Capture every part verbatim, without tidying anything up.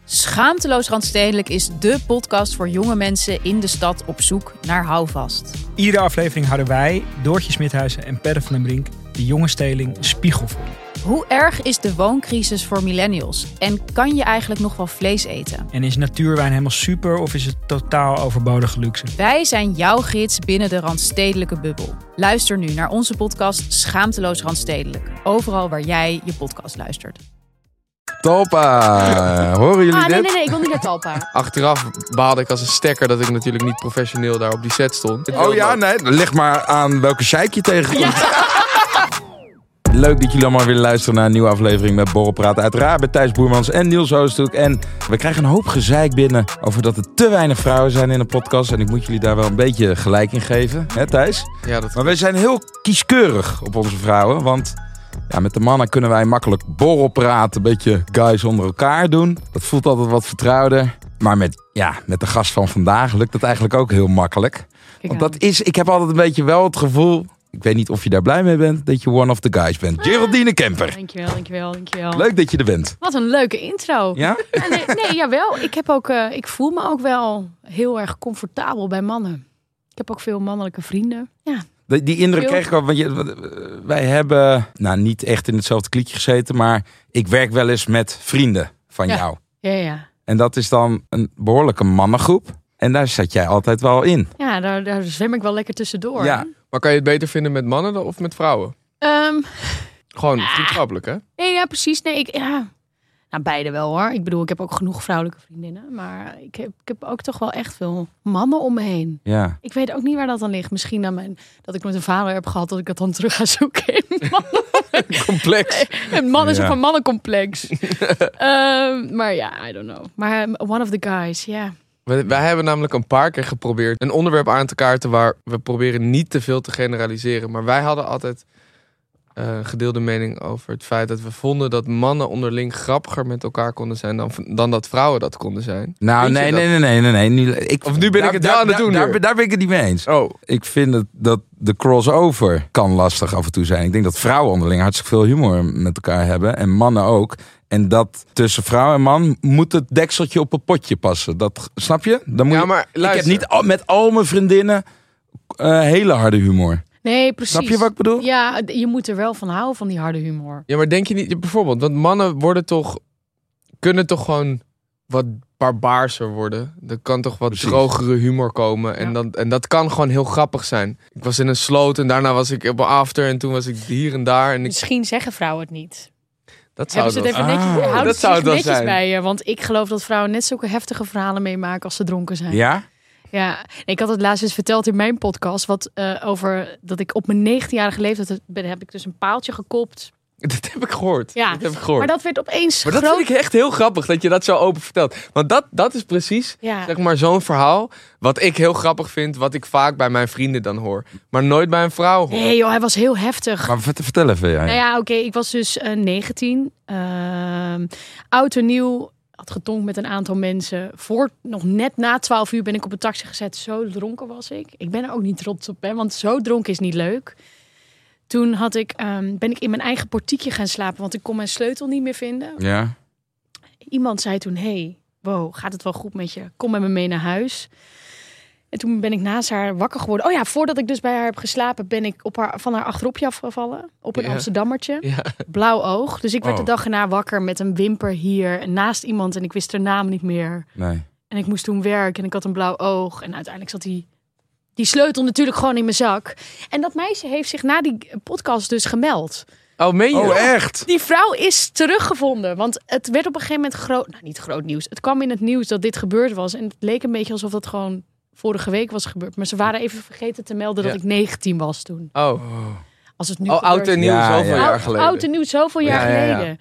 Schaamteloos Randstedelijk is dé podcast voor jonge mensen in de stad op zoek naar houvast. Iedere aflevering houden wij, Doortje Smithuizen en Perre van den Brink, de jonge steling een spiegel voor. Hoe erg is de wooncrisis voor millennials? En kan je eigenlijk nog wel vlees eten? En is natuurwijn helemaal super of is het totaal overbodige luxe? Wij zijn jouw gids binnen de Randstedelijke bubbel. Luister nu naar onze podcast Schaamteloos Randstedelijk. Overal waar jij je podcast luistert. Talpa, horen jullie ah, dit? nee, nee, nee, ik wil niet naar Talpa. Achteraf baalde ik als een stekker dat ik natuurlijk niet professioneel daar op die set stond. Oh ja, nee, leg maar aan welke sheik je tegenkomt. Ja. Leuk dat jullie allemaal willen luisteren naar een nieuwe aflevering met Borrelpraat. Uiteraard bij Thijs Boermans en Niels Oosthoek. En we krijgen een hoop gezeik binnen over dat er te weinig vrouwen zijn in de podcast. En ik moet jullie daar wel een beetje gelijk in geven. Hè Thijs? Ja, dat... Maar wij zijn heel kieskeurig op onze vrouwen. Want ja, met de mannen kunnen wij makkelijk borrelpraat, een beetje guys onder elkaar doen. Dat voelt altijd wat vertrouwder. Maar met, ja, met de gast van vandaag lukt dat eigenlijk ook heel makkelijk. Want dat is, ik heb altijd een beetje wel het gevoel, ik weet niet of je daar blij mee bent, dat je one of the guys bent. Geraldine Kemper. Dankjewel, dankjewel, dankjewel. Leuk dat je er bent. Wat een leuke intro. Ja? ja nee, nee, jawel. Ik, heb ook, uh, ik voel me ook wel heel erg comfortabel bij mannen. Ik heb ook veel mannelijke vrienden. Ja. Die, die indruk kreeg ik al, want je, wij hebben nou niet echt in hetzelfde kliekje gezeten, maar ik werk wel eens met vrienden van ja. jou. Ja, ja. En dat is dan een behoorlijke mannengroep. En daar zat jij altijd wel in. Ja, daar, daar zwem ik wel lekker tussendoor. Ja. Maar kan je het beter vinden met mannen of met vrouwen? Um, Gewoon ah. vriendschappelijk, hè? Nee, ja, precies. Nee, ik, ja. Nou, beide wel hoor. Ik bedoel, ik heb ook genoeg vrouwelijke vriendinnen. Maar ik heb, ik heb ook toch wel echt veel mannen om me heen. Ja. Ik weet ook niet waar dat dan ligt. Misschien aan mijn, dat ik met een vader heb gehad, dat ik het dan terug ga zoeken in mannen. Complex. Een man is Ja. ook een mannencomplex. um, maar ja, I don't know. Maar um, one of the guys, ja. Yeah. Wij, wij hebben namelijk een paar keer geprobeerd een onderwerp aan te kaarten waar we proberen niet te veel te generaliseren. Maar wij hadden altijd een uh, gedeelde mening over het feit dat we vonden dat mannen onderling grappiger met elkaar konden zijn dan, dan dat vrouwen dat konden zijn. Nou, nee, nee, nee, nee, nee, nee. Nu, ik, of nu ben daar, ik het daar, wel aan het daar, doen. Daar, daar, daar ben ik het niet mee eens. Oh. Ik vind het, dat de crossover kan lastig af en toe zijn. Ik denk dat vrouwen onderling hartstikke veel humor met elkaar hebben. En mannen ook. En dat tussen vrouw en man moet het dekseltje op een potje passen. Dat, snap je? Dan moet ja, je maar ik luister. heb niet al, met al mijn vriendinnen uh, hele harde humor. Nee, precies. Snap je wat ik bedoel? Ja, je moet er wel van houden, van die harde humor. Ja, maar denk je niet, bijvoorbeeld, want mannen worden toch, kunnen toch gewoon wat barbaarser worden. Er kan toch wat Precies. drogere humor komen. En, Ja. dat, en dat kan gewoon heel grappig zijn. Ik was in een sloot en daarna was ik op een after en toen was ik hier en daar. En ik, Misschien zeggen vrouwen het niet. dat zou Hebben ze het het even Ah. netjes, houden Dat ze zou zich het wel netjes zijn. bij je? Want ik geloof dat vrouwen net zulke heftige verhalen meemaken als ze dronken zijn. Ja? Ja, ik had het laatst eens verteld in mijn podcast. Wat uh, over dat ik op mijn negentienjarige leeftijd ben, heb ik dus een paaltje gekopt. dat heb ik gehoord. Ja, dat heb ik gehoord. Maar dat werd opeens Maar dat groot. vind ik echt heel grappig dat je dat zo open vertelt. Want dat, dat is precies, Ja. zeg maar, zo'n verhaal wat ik heel grappig vind, wat ik vaak bij mijn vrienden dan hoor. Maar nooit bij een vrouw hoor. Nee joh, hij was heel heftig. Maar vert- vertel even. Ja, ja. Nou ja, oké, okay, ik was dus uh, negentien. Uh, oud en nieuw. Had getonkt met een aantal mensen. Voor nog net na twaalf uur ben ik op een taxi gezet. Zo dronken was ik. Ik ben er ook niet trots op, hè, want zo dronken is niet leuk. Toen had ik, um, ben ik in mijn eigen portiekje gaan slapen, want ik kon mijn sleutel niet meer vinden. Ja. Iemand zei toen, hey, wow, gaat het wel goed met je? Kom met me mee naar huis. En toen ben ik naast haar wakker geworden. Oh ja, voordat ik dus bij haar heb geslapen, ben ik op haar, van haar achteropje afgevallen. Op een Ja. Amsterdammertje. Ja. Blauw oog. Dus ik werd Oh. de dag erna wakker met een wimper hier naast iemand. En ik wist haar naam niet meer. Nee. En ik moest toen werken en ik had een blauw oog. En uiteindelijk zat die, die sleutel natuurlijk gewoon in mijn zak. En dat meisje heeft zich na die podcast dus gemeld. Oh, meen je? Oh, echt? Die vrouw is teruggevonden. Want het werd op een gegeven moment groot... Nou, niet groot nieuws. Het kwam in het nieuws dat dit gebeurd was. En het leek een beetje alsof dat gewoon vorige week was gebeurd. Maar ze waren even vergeten te melden dat Ja. ik negentien was toen. Oh, Als het nu oh oud gebeurt- en nieuw, Ja, zoveel ja. jaar geleden. Oud en nieuw, zoveel jaar Ja, ja, ja. geleden.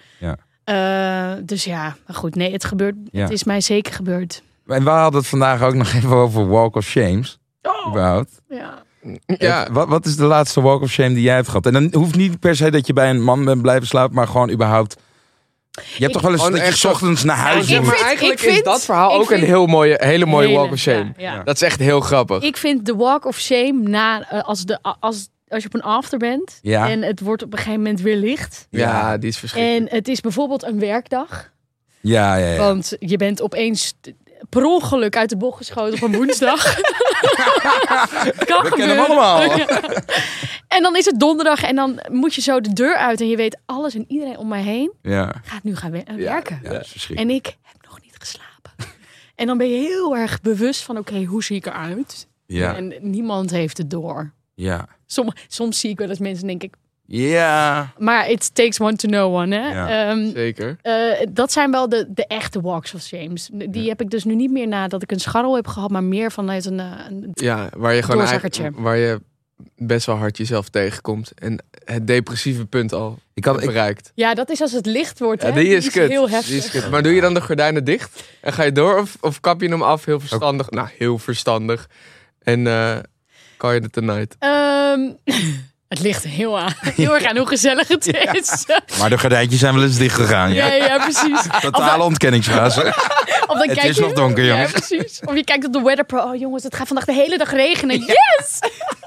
Ja. Uh, dus ja, maar goed. Nee, het gebeurt. Ja. Het is mij zeker gebeurd. En we hadden het vandaag ook nog even over Walk of Shames. Oh, Überhaupt. ja. Ja, Wat, wat is de laatste Walk of Shame die jij hebt gehad? En dan hoeft niet per se dat je bij een man bent blijven slapen, maar gewoon überhaupt. Je hebt Ik- toch wel eens Gewoon dat je echt 's ochtends naar huis Ik Ja, moet? maar vind- eigenlijk ik vind- is dat verhaal ik ook vind- een heel mooie, hele mooie Hele, walk of shame. ja, ja. Dat is echt heel grappig. Ik vind de walk of shame na uh, als de als als je op een after bent Ja. en het wordt op een gegeven moment weer licht Ja, die is verschrikkelijk. en het is bijvoorbeeld een werkdag. Ja, ja, ja. Want je bent opeens per ongeluk uit de bocht geschoten op een woensdag. Kan We gebeuren. kennen hem allemaal. Ja. En dan is het donderdag en dan moet je zo de deur uit en je weet alles en iedereen om mij heen Ja, gaat nu gaan we- ja, werken. ja, dat is verschrikkelijk. En ik heb nog niet geslapen. En dan ben je heel erg bewust van oké, hoe zie ik eruit? Ja, En niemand heeft het door. ja. Som, soms zie ik wel eens mensen denk ik, Ja. maar it takes one to know one. Hè? Ja. Ehm, Zeker. eh, dat zijn wel de, de echte walks of shames. Die Ja. heb ik dus nu niet meer nadat ik een scharrel heb gehad, maar meer vanuit een, eh, een Ja, waar je gewoon Doorzakkertje. eigenlijk, waar je best wel hard jezelf tegenkomt. En het depressieve punt al Ik had, ik, bereikt. ja, dat is als het licht wordt. Ja, Hè? die is kut. heel Die heftig. is kut. Maar doe je dan de gordijnen dicht? En ga je door? Of, of kap je hem af? Heel verstandig. Nou, heel verstandig. En eh call je the tonight. Ehm, het ligt heel aan. Heel erg aan hoe gezellig het is. maar de gordijntjes zijn wel eens dicht gegaan. Ja, Ja. ja, precies. Totale ontkenningsfase. Of dan Het kijk is je, nog donker, jongens. Ja, precies. Of je kijkt op de Weather Pro. Oh jongens, het gaat vandaag de hele dag regenen. Yes!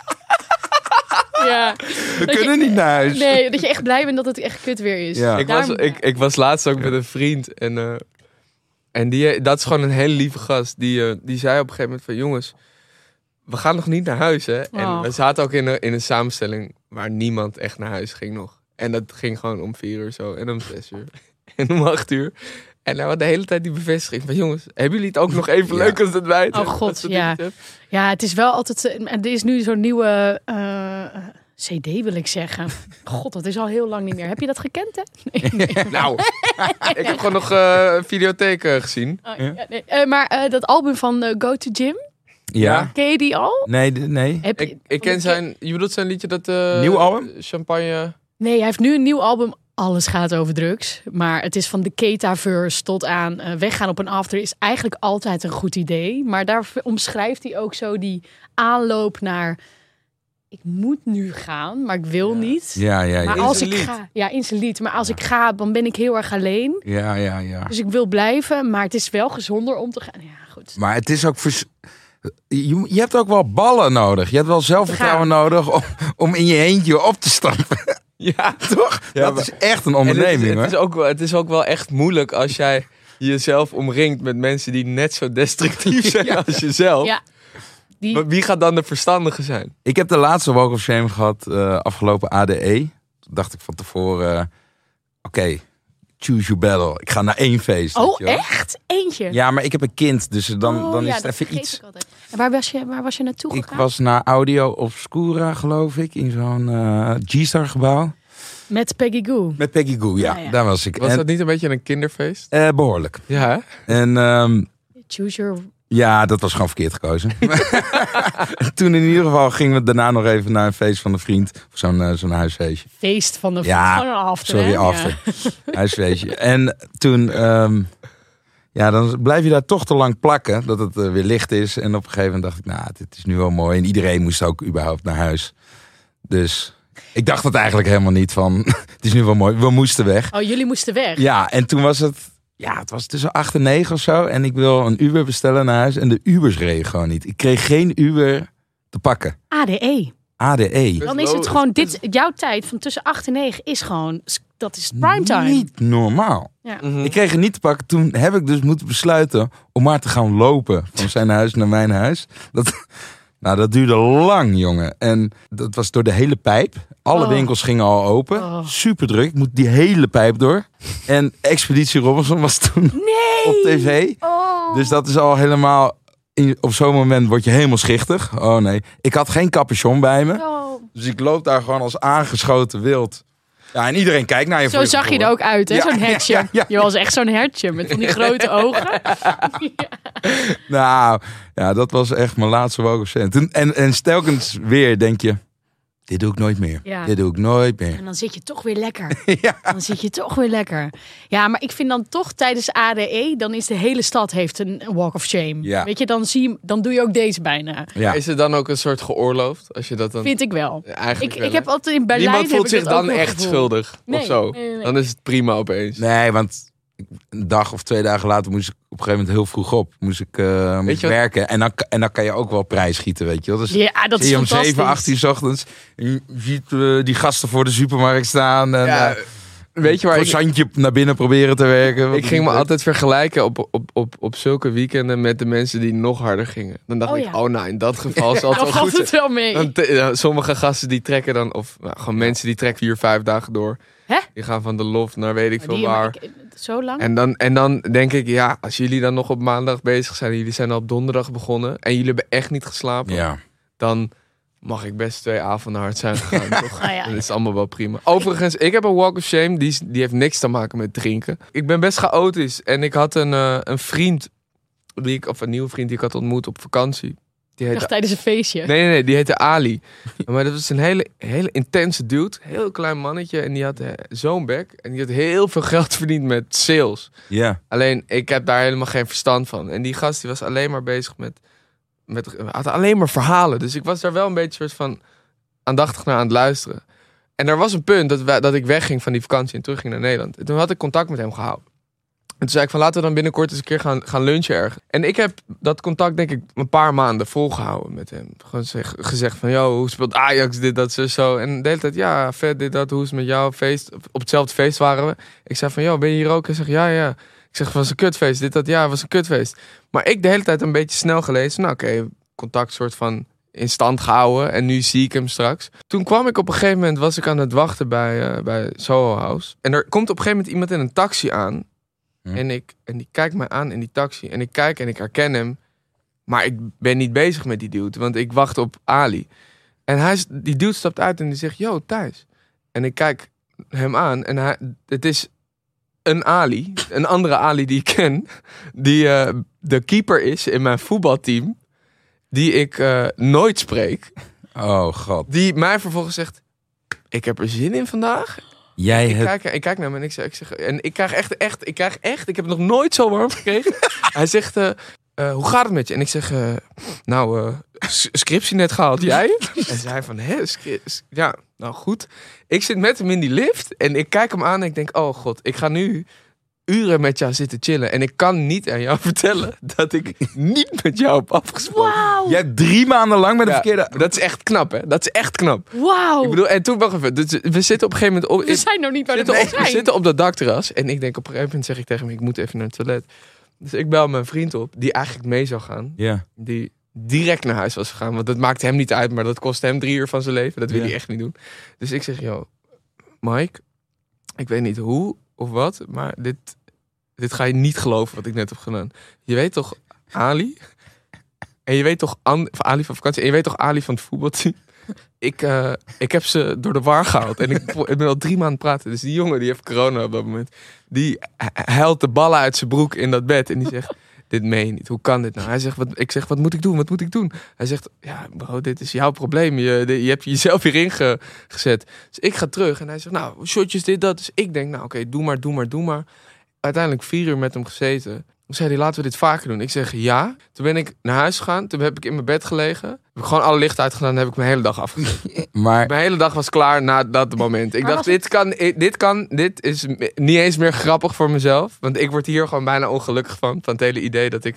Ja. We Dat kunnen je- niet naar huis. Nee, dat je echt blij bent dat het echt kut weer is. Ja. Ik was, Daarom- ik, ik was laatst ook met een vriend. En, eh, en die, dat is gewoon een hele lieve gast. Die, eh, die zei op een gegeven moment van... Jongens, we gaan nog niet naar huis, hè? En Oh. we zaten ook in een, in een samenstelling... waar niemand echt naar huis ging nog. En dat ging gewoon om vier uur zo. En om zes uur. En om acht uur. En hij had de hele tijd die bevestiging van... Jongens, hebben jullie het ook nog even Ja. leuk als het wij het Oh, hebben? God, Dat soort ja. dingen. Ja, het is wel altijd... eh, Er is nu zo'n nieuwe eh, eh, C D, wil ik zeggen. God, dat is al heel lang niet meer. Heb je dat gekend, hè? Nee, nee. Nou, ik heb gewoon nog eh, een videotheek eh, gezien. Oh, ja, nee. Eh, maar eh, dat album van eh, Go To Gym, Ja. ken je die al? Nee, d- nee. Heb je- Ik, ik ken van de- zijn... Je bedoelt zijn liedje dat... eh, Nieuw album? Champagne... Nee, hij heeft nu een nieuw album. Alles gaat over drugs. Maar het is van de Ketaverse tot aan uh, weggaan op een after is eigenlijk altijd een goed idee. Maar daar omschrijft hij ook zo die aanloop naar... Ik moet nu gaan, maar ik wil Ja. niet. Ja, ja, Maar ja. In als zijn ik lied. ga... Ja, in zijn lied. Maar als ik ga, dan ben ik heel erg alleen. Ja, ja, ja. Dus ik wil blijven. Maar het is wel gezonder om te gaan. Ja, goed. Maar het is ook... Vers... Je, je hebt ook wel ballen nodig. Je hebt wel zelfvertrouwen nodig om, om in je eentje op te stappen. Ja, Toch? Ja, dat maar- is echt een En onderneming, het, hoor. het, is ook wel, het is ook wel echt moeilijk als jij jezelf omringt met mensen die net zo destructief zijn als jezelf. Ja. Die... Maar wie gaat dan de verstandige zijn? Ik heb de laatste Walk of Shame gehad uh, afgelopen A D E. Toen dacht ik van tevoren... uh, Oké, okay, choose your battle. Ik ga naar één feest. weet Oh, je wel. echt? Eentje? Ja, maar ik heb een kind, dus dan, Oh, dan ja, is het dat even vergeet iets... ik altijd. En waar was je, waar was je naartoe Ik gegaan? was naar Audio Obscura, geloof ik, in zo'n uh, G-Star gebouw. Met Peggy Goo. Met Peggy Goo, ja, Ja, ja. daar was ik. Was en, dat niet een beetje een kinderfeest? uh, behoorlijk. Ja, hè? En um, Choose your... ja, dat was gewoon verkeerd gekozen. Toen in ieder geval gingen we daarna nog even naar een feest van een vriend. Of zo'n uh, zo'n huisfeestje. feest van de Ja, van een after. Sorry, hè? after. Ja. Huisfeestje. En toen... Um, ja, dan blijf je daar toch te lang plakken. Dat het uh, weer licht is. En op een gegeven moment dacht ik, nou, dit is nu wel mooi. En iedereen moest ook überhaupt naar huis. Dus ik dacht het eigenlijk helemaal niet van... het is nu wel mooi, we moesten weg. Oh, jullie moesten weg? Ja, en toen was het... Ja, het was tussen acht en negen of zo. En ik wil een Uber bestellen naar huis. En de Ubers reden gewoon niet. Ik kreeg geen Uber te pakken. A D E. A D E. Dan is het gewoon dit... Jouw tijd van tussen acht en negen is gewoon... Dat is primetime. Niet normaal. Ja. Mhm. Ik kreeg het niet te pakken. Toen heb ik dus moeten besluiten om maar te gaan lopen. Van zijn huis naar mijn huis. Dat, nou, dat duurde lang, jongen. En dat was door de hele pijp. Alle Oh. winkels gingen al open. Oh. Super druk. Ik moet die hele pijp door. En Expeditie Robinson was toen Nee! op tv. Oh. Dus dat is al helemaal... In, op zo'n moment word je helemaal schichtig. Oh nee. Ik had geen capuchon bij me. Oh. Dus ik loop daar gewoon als aangeschoten wild. Ja, en iedereen kijkt naar je. Zo voor je zag je er gevoel. ook uit, hè? Ja, Zo'n ja, hertje. ja, ja. Je was echt zo'n hertje met van die grote ogen. Nou, ja, dat was echt mijn laatste Walk of Shame. Toen, en, en telkens weer denk je... Dit doe ik nooit meer. Ja. Dit doe ik nooit meer. En dan zit je toch weer lekker. Ja. Dan zit je toch weer lekker. Ja, maar ik vind dan toch tijdens A D E... dan is de hele stad heeft een walk of shame. Ja. Weet je, dan, zie je, dan doe je ook deze bijna. Ja. Is het dan ook een soort geoorloofd? Als je dat dan... Vind ik wel. Eigenlijk Ik, wel, ik heb hè? altijd in Berlijn... Niemand voelt heb ik zich dat ook dan wel echt gevoeld. schuldig Nee, of zo. nee, nee, nee. Dan is het prima opeens. Nee, want een dag of twee dagen later moest ik op een gegeven moment heel vroeg op. Moest ik, uh, moest je ik wat- werken. En dan, en dan kan je ook wel prijs schieten, weet je wel. Dus Ja, dat zie is je om fantastisch. zeven, acht uur 's ochtends. En je ziet uh, die gasten voor de supermarkt staan. En, Ja, uh, weet je waar ik... croissantje naar binnen proberen te werken. Ik ging me altijd vergelijken op, op, op, op zulke weekenden met de mensen die nog harder gingen. Dan dacht Oh, ik, ja. oh nou, in dat geval zal het Dan wel valt goed het zijn. wel mee. Dan te- ja, sommige gasten die trekken dan, of nou, gewoon mensen die trekken vier, vijf dagen door. Hè? Die gaan van de loft naar weet ik Maar veel die- waar. maar ik- zo lang? En dan, en dan denk ik, ja, als jullie dan nog op maandag bezig zijn... en jullie zijn al op donderdag begonnen... en jullie hebben echt niet geslapen... Ja. dan mag ik best twee avonden hard zijn gegaan, toch? Ah, ja, Dan is het allemaal wel prima. Overigens, ik heb een walk of shame, die, is- die heeft niks te maken met drinken. Ik ben best chaotisch en ik had een, uh, een vriend... Die ik, of een nieuwe vriend die ik had ontmoet op vakantie. Die Ik heette, dacht tijdens een feestje. nee, nee, nee, die heette Ali. Maar dat was een hele, hele intense dude. Heel klein mannetje en die had uh, zo'n bek. En die had heel veel geld verdiend met sales. Ja. Alleen, ik heb daar helemaal geen verstand van. En die gast die was alleen maar bezig met... met had alleen maar verhalen. Dus ik was daar wel een beetje soort van aandachtig naar aan het luisteren. En er was een punt dat, wij, dat ik wegging van die vakantie en terugging naar Nederland. En toen had ik contact met hem gehouden. En toen zei ik van laten we dan binnenkort eens een keer gaan, gaan lunchen ergens. En ik heb dat contact denk ik een paar maanden volgehouden met hem. Gewoon zeg, gezegd van, yo, hoe speelt Ajax dit, dat, zo, zo. En de hele tijd, ja, vet, dit, dat, hoe is het met jou? Feest. Op hetzelfde feest waren we. Ik zei van, yo, ben je hier ook? Hij zegt, ja, ja. Ik zeg, was een kutfeest. Dit, dat, ja, was een kutfeest. Maar ik de hele tijd een beetje snel gelezen. Nou, oké, okay, contact soort van in stand gehouden. En nu zie ik hem straks. Toen kwam ik op een gegeven moment, was ik aan het wachten bij, uh, bij Soho House. En er komt op een gegeven moment iemand in een taxi aan. Hm. En, ik, en die kijkt mij aan in die taxi. En ik kijk en ik herken hem. Maar ik ben niet bezig met die dude. Want ik wacht op Ali. En hij, die dude stapt uit en die zegt, yo, Thijs. En ik kijk hem aan. En hij, het is een Ali. Een andere Ali die ik ken. Die uh, de keeper is in mijn voetbalteam. Die ik uh, nooit spreek. Oh god. Die mij vervolgens zegt, ik heb er zin in vandaag. Jij Ik, het... kijk, ik kijk naar hem en ik zeg, ik zeg... En ik krijg echt, echt... Ik krijg echt... Ik heb het nog nooit zo warm gekregen. Hij zegt... Uh, uh, hoe gaat het met je? En ik zeg... Uh, nou, uh, scriptie net gehaald. Jij? En zij van... Hè? Ja, nou goed. Ik zit met hem in die lift. En ik kijk hem aan en ik denk... Oh god, ik ga nu uren met jou zitten chillen. En ik kan niet aan jou vertellen... dat ik niet met jou heb afgesproken. Wauw. Jij hebt drie maanden lang met een Ja, verkeerde... dat is echt knap, hè? Dat is echt knap. Wauw. Ik bedoel, en toen, wacht even. Dus we zitten op een gegeven moment... Op, We zijn nog niet bij de zitten op, we trein. zitten op dat dakterras. En ik denk op een gegeven moment zeg ik tegen hem... ik moet even naar het toilet. Dus ik bel mijn vriend op, die eigenlijk mee zou gaan. Ja. Die direct naar huis was gegaan. Want dat maakte hem niet uit, maar dat kostte hem drie uur van zijn leven. Dat wil Ja. hij echt niet doen. Dus ik zeg, yo, Mike... ik weet niet hoe of wat... maar dit, dit ga je niet geloven wat ik net heb gedaan. Je weet toch Ali? En je weet toch And- Ali van vakantie? En je weet toch Ali van het voetbalteam? Ik, uh, ik heb ze door de war gehaald. En ik, ik ben al drie maanden praten. Dus die jongen die heeft corona op dat moment. Die huilt de ballen uit zijn broek in dat bed. En die zegt, dit meen je niet. Hoe kan dit nou? Hij zegt, wat, ik zeg, wat moet ik doen? Wat moet ik doen? Hij zegt, ja bro, dit is jouw probleem. Je, de, je hebt jezelf hierin ge, gezet. Dus ik ga terug. En hij zegt, nou, shotjes dit, dat. Dus ik denk, nou oké, okay, doe maar, doe maar, doe maar. Uiteindelijk vier uur met hem gezeten. Toen zei hij, laten we dit vaker doen. Ik zeg, ja. Toen ben ik naar huis gegaan. Toen heb ik in mijn bed gelegen. Heb ik gewoon alle lichten uitgedaan. En heb ik mijn hele dag afgezet. Maar... Mijn hele dag was klaar na dat moment. Ik Maar dacht, was dit kan, dit kan, dit is niet eens meer grappig voor mezelf. Want ik word hier gewoon bijna ongelukkig van. Van het hele idee dat ik,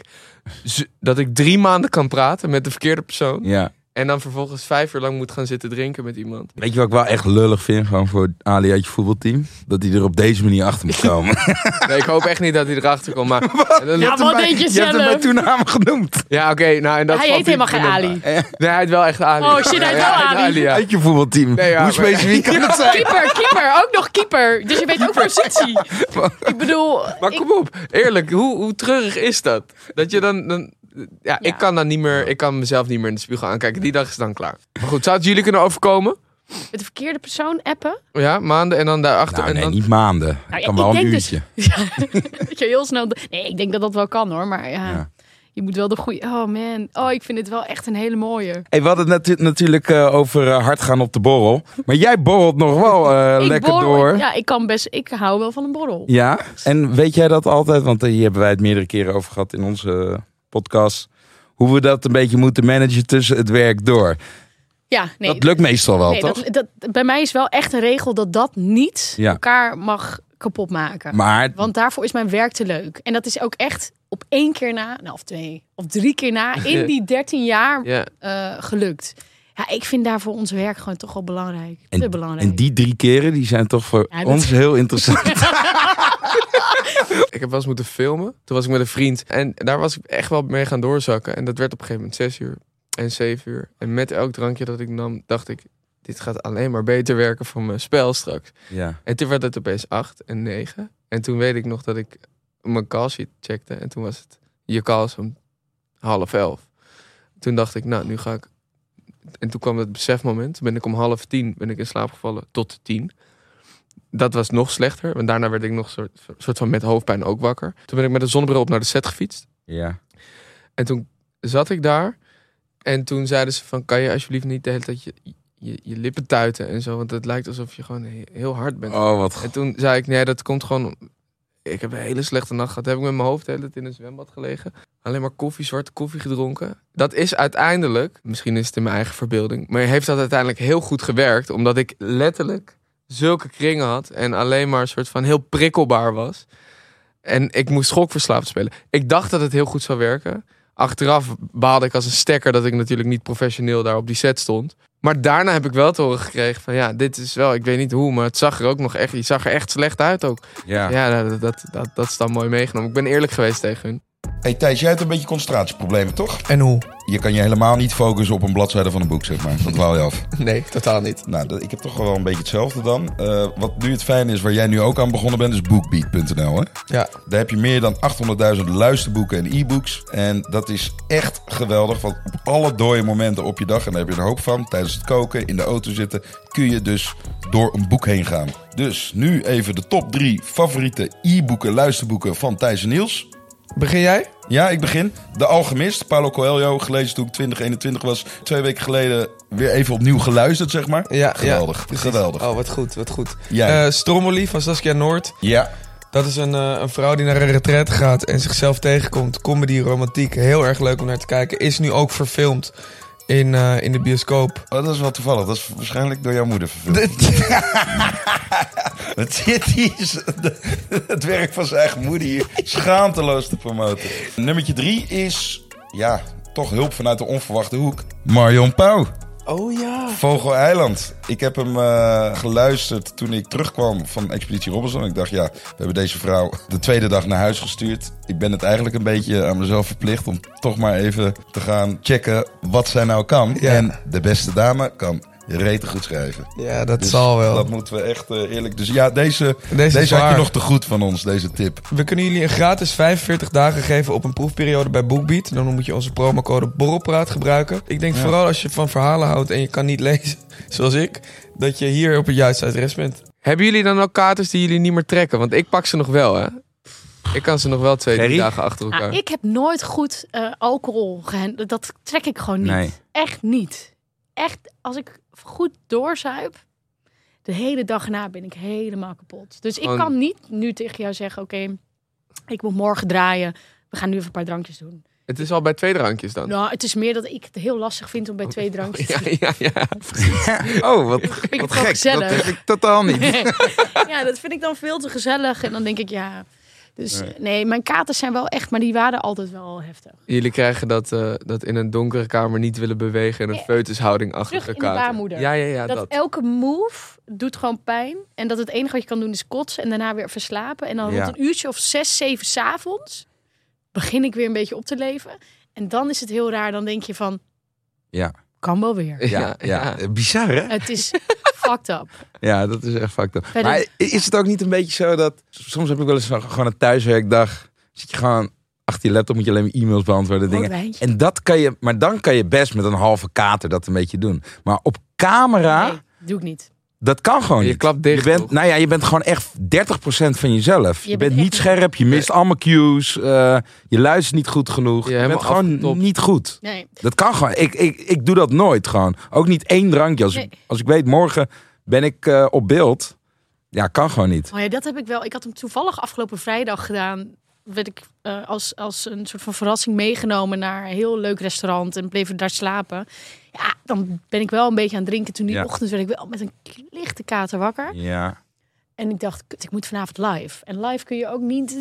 dat ik drie maanden kan praten met de verkeerde persoon. Ja. En dan vervolgens vijf uur lang moet gaan zitten drinken met iemand. Weet je wat ik wel echt lullig vind gewoon voor Ali uit je voetbalteam? Dat hij er op deze manier achter moet komen. Nee, ik hoop echt niet dat hij erachter komt. Maar, dan, Ja, wat denk je Je hebt hem bij zelf? toename genoemd. ja, oké. Okay, nou, en dat Hij valt heet helemaal niet geen benoemd. Ali. Nee, hij heet wel echt Ali. Oh, shit, hij heet Ja, wel Ali. ja. Uit je voetbalteam. Nee, ja, Hoe maar- specifiek kan het zijn? Keeper, keeper. Ook nog keeper. Dus je weet ook positie. Ik bedoel... Maar ik- kom op, eerlijk, hoe, hoe treurig is dat? Dat je dan... dan ja, Ja. ik kan dan niet meer, ik kan mezelf niet meer in de spiegel aankijken. Die dag is dan klaar. Maar goed, zou het jullie kunnen overkomen? Met de verkeerde persoon appen? Ja, maanden en dan daarachter. Nou, en nee, dan... niet maanden. Nou, ja, kan ik wel een denk dus- uurtje. Ja, dat je heel snel... Nee, ik denk dat dat wel kan hoor. Maar ja, Ja. je moet wel de goede... Oh man, oh ik vind het wel echt een hele mooie. Hey, we hadden het natu- natuurlijk uh, over uh, hard gaan op de borrel. Maar jij borrelt nog wel uh, Ik lekker borrel- door. Ja, ik kan best... Ik hou wel van een borrel. Ja, en weet jij dat altijd? Want uh, hier hebben wij het meerdere keren over gehad in onze uh, podcast. Hoe we dat een beetje moeten managen tussen het werk door. Ja, nee. dat lukt meestal wel, nee, toch? dat, dat, bij mij is wel echt een regel dat dat niet Ja. elkaar mag kapot maken. Maar Want daarvoor is mijn werk te leuk. En dat is ook echt op één keer na, nou of twee, of drie keer na, in die dertien jaar Ja. uh, gelukt. Ja, ik vind daarvoor ons werk gewoon toch wel belangrijk. En, Te belangrijk. en die drie keren, die zijn toch voor Ja, dat- ons heel interessant. Ik heb wel eens moeten filmen. Toen was ik met een vriend. En daar was ik echt wel mee gaan doorzakken. En dat werd op een gegeven moment zes uur en zeven uur. En met elk drankje dat ik nam, dacht ik... dit gaat alleen maar beter werken voor mijn spel straks. Ja. En toen werd het opeens acht en negen. En toen weet ik nog dat ik mijn call sheet checkte. En toen was het je call is om half elf. Toen dacht ik, nou, nu ga ik... En toen kwam het besefmoment. Toen ben ik om half tien ben ik in slaap gevallen tot tien. Dat was nog slechter. Want daarna werd ik nog soort, soort van met hoofdpijn ook wakker. Toen ben ik met een zonnebril op naar de set gefietst. Ja. En toen zat ik daar. En toen zeiden ze van, kan je alsjeblieft niet de hele tijd je, je, je lippen tuiten en zo. Want het lijkt alsof je gewoon he- heel hard bent. Oh, wat En goed. toen zei ik, nee, dat komt gewoon... Ik heb een hele slechte nacht gehad. Heb ik met mijn hoofd de hele tijd in een zwembad gelegen. Alleen maar koffie, zwarte koffie gedronken. Dat is uiteindelijk, misschien is het in mijn eigen verbeelding... maar heeft dat uiteindelijk heel goed gewerkt. Omdat ik letterlijk zulke kringen had. En alleen maar een soort van heel prikkelbaar was. En ik moest schokverslaafd spelen. Ik dacht dat het heel goed zou werken. Achteraf baalde ik als een stekker dat ik natuurlijk niet professioneel daar op die set stond. Maar daarna heb ik wel te horen gekregen van ja, dit is wel, ik weet niet hoe, maar het zag er ook nog echt, je zag er echt slecht uit ook. Ja. Ja, dat, dat, dat, dat is dan mooi meegenomen. Ik ben eerlijk geweest tegen hun. Hey Thijs, jij hebt een beetje concentratieproblemen, toch? En hoe? Je kan je helemaal niet focussen op een bladzijde van een boek, zeg maar. Dat dwaal je af. Nee, totaal niet. Nou, dat, ik heb toch wel een beetje hetzelfde dan. Uh, wat nu het fijne is, waar jij nu ook aan begonnen bent, is bookbeat punt n l. Hè? Ja. Daar heb je meer dan achthonderdduizend luisterboeken en e-books. En dat is echt geweldig, want op alle dode momenten op je dag, en daar heb je er een hoop van, tijdens het koken, in de auto zitten, kun je dus door een boek heen gaan. Dus nu even de top drie favoriete e-boeken, luisterboeken van Thijs en Niels. Begin jij? Ja, ik begin. De Alchemist, Paulo Coelho, gelezen toen ik twintig eenentwintig was. Twee weken geleden weer even opnieuw geluisterd, zeg maar. Ja, geweldig, ja, geweldig. Oh, wat goed, wat goed. Jij? Uh, Strommelief van Saskia Noord. Ja. Dat is een, uh, een vrouw die naar een retraite gaat en zichzelf tegenkomt. Comedy, romantiek, heel erg leuk om naar te kijken. Is nu ook verfilmd in, uh, in de bioscoop. Oh, dat is wel toevallig. Dat is waarschijnlijk door jouw moeder verfilmd. Het zit hier, het werk van zijn eigen moeder hier schaamteloos te promoten. Nummertje drie is, ja, toch hulp vanuit de onverwachte hoek. Marion Pauw. Oh ja. Vogeleiland. Ik heb hem uh, geluisterd toen ik terugkwam van Expeditie Robinson. Ik dacht, ja, we hebben deze vrouw de tweede dag naar huis gestuurd. Ik ben het eigenlijk een beetje aan mezelf verplicht om toch maar even te gaan checken wat zij nou kan. Ja. En de beste dame kan rete goed schrijven. Ja, dat Dus zal wel. dat moeten we echt uh, eerlijk... Dus ja, deze, Deze, deze is had je waar. nog te goed van ons, deze tip. We kunnen jullie een gratis vijfenveertig dagen geven op een proefperiode bij BookBeat. Dan moet je onze promocode Borrelpraat gebruiken. Ik denk Ja. vooral als je van verhalen houdt en je kan niet lezen, zoals ik, dat je hier op het juiste adres bent. Hebben jullie dan ook katers die jullie niet meer trekken? Want ik pak ze nog wel, hè? Ik kan ze nog wel twee, drie Gerry? dagen achter elkaar. Ah, ik heb nooit goed uh, alcohol gehandeld. Dat trek ik gewoon niet. Nee. Echt niet. Echt, als ik goed doorzuip, de hele dag na ben ik helemaal kapot. Dus ik Gewoon- kan niet nu tegen jou zeggen, oké, okay, ik moet morgen draaien. We gaan nu even een paar drankjes doen. Het is al bij twee drankjes dan. Nou, het is meer dat ik het heel lastig vind om bij twee drankjes Ja, te ja, ja. Oh, wat, Vind ik wat het wel gek. gezellig. Dat heb ik totaal niet. Ja, dat vind ik dan veel te gezellig. En dan denk ik, ja... Dus Nee. nee, mijn katers zijn wel echt, maar die waren altijd wel heftig. Jullie krijgen dat, uh, dat in een donkere kamer niet willen bewegen in een Ja. foetushouding achter Terug in de elkaar. baarmoeder. Ja, ja, ja, dat, dat. elke move doet gewoon pijn. En dat het enige wat je kan doen is kotsen en daarna weer verslapen. En dan Ja. rond een uurtje of zes, zeven 's avonds begin ik weer een beetje op te leven. En dan is het heel raar. Dan denk je van, Ja, kan wel weer. ja, ja. Bizar, hè? Het is fucked up. Ja, dat is echt fucked up. Verder- Maar is het ook niet een beetje zo dat... Soms heb ik wel eens zo- gewoon een thuiswerkdag. Zit je gewoon achter je laptop, moet je alleen maar e-mails beantwoorden. Rood Dingen. wijntje. En dat kan je... Maar dan kan je best met een halve kater dat een beetje doen. Maar op camera, Nee, doe ik niet. dat kan gewoon Je niet. klapt dicht, Je bent, toch? nou ja, je bent gewoon echt dertig procent van jezelf. Je, Je bent, bent niet echt- scherp, je mist allemaal cues. uh, je luistert niet goed genoeg. Ja, je bent helemaal gewoon afgetopt. niet goed. Nee. Dat kan gewoon. Ik, ik, ik doe dat nooit gewoon. Ook niet één drankje. Als, Nee. ik, als ik weet, morgen ben ik uh, op beeld. Ja, kan gewoon niet. Oh ja, dat heb ik wel. Ik had hem toevallig afgelopen vrijdag gedaan. Werd ik uh, als, als een soort van verrassing meegenomen naar een heel leuk restaurant en bleef daar slapen. Ja, dan ben ik wel een beetje aan het drinken. Toen die Ja. ochtend werd ik wel met een lichte kater wakker. Ja. En ik dacht, kut, ik moet vanavond live. En live kun je ook niet...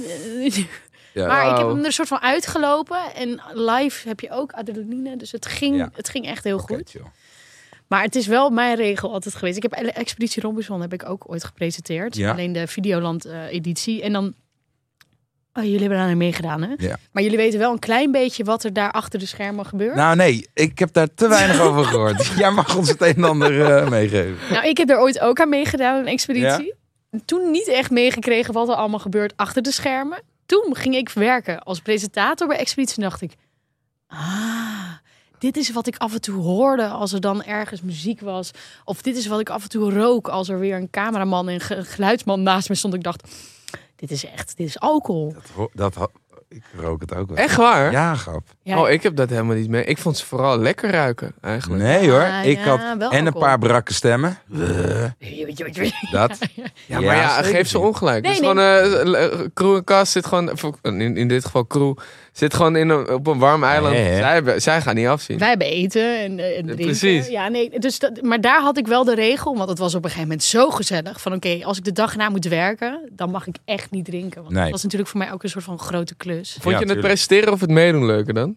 Ja. maar ik heb Wauw. hem er een soort van uitgelopen. En live heb je ook adrenaline. Dus het ging, Ja. het ging echt heel Oké, goed. chill. Maar het is wel mijn regel altijd geweest. Ik heb Expeditie Robinson heb ik ook ooit gepresenteerd. Ja. Alleen de Videoland uh, editie. En dan... Oh, jullie hebben daar aan meegedaan, hè? Ja. Maar jullie weten wel een klein beetje wat er daar achter de schermen gebeurt. Nou nee, ik heb daar te weinig over gehoord. Jij mag ons het een en ander uh, meegeven. Nou, ik heb er ooit ook aan meegedaan, een expeditie. Ja? Toen niet echt meegekregen wat er allemaal gebeurt achter de schermen. Toen ging ik werken als presentator bij Expeditie. En dacht ik, ah, dit is wat ik af en toe hoorde als er dan ergens muziek was. Of dit is wat ik af en toe rook als er weer een cameraman en een geluidsman naast me stond. Ik dacht, dit is echt, dit is alcohol. Dat, dat, dat, ik rook het ook wel. Echt waar? Ja, grap. Ja, Oh, ik heb dat helemaal niet mee. Ik vond ze vooral lekker ruiken, eigenlijk. Nee hoor, Ja, ik ja, had wel en een alcohol. paar brakke stemmen. Dat. Ja, maar ja, zeker. geef ze ongelijk. Nee, dus nee. gewoon, uh, crew en cast zit gewoon, in, in dit geval crew, zit gewoon in een, op een warm eiland. Nee, hè? zij, hebben- zij gaan niet afzien. Wij hebben eten en, eh, en drinken. Precies. Ja, nee, dus dat, maar daar had ik wel de regel, want het was op een gegeven moment zo gezellig. Van oké, als ik de dag na moet werken, dan mag ik echt niet drinken. Want Nee. dat was natuurlijk voor mij ook een soort van grote klus. Vond Ja, je het tuurlijk. presenteren of het meedoen leuker dan?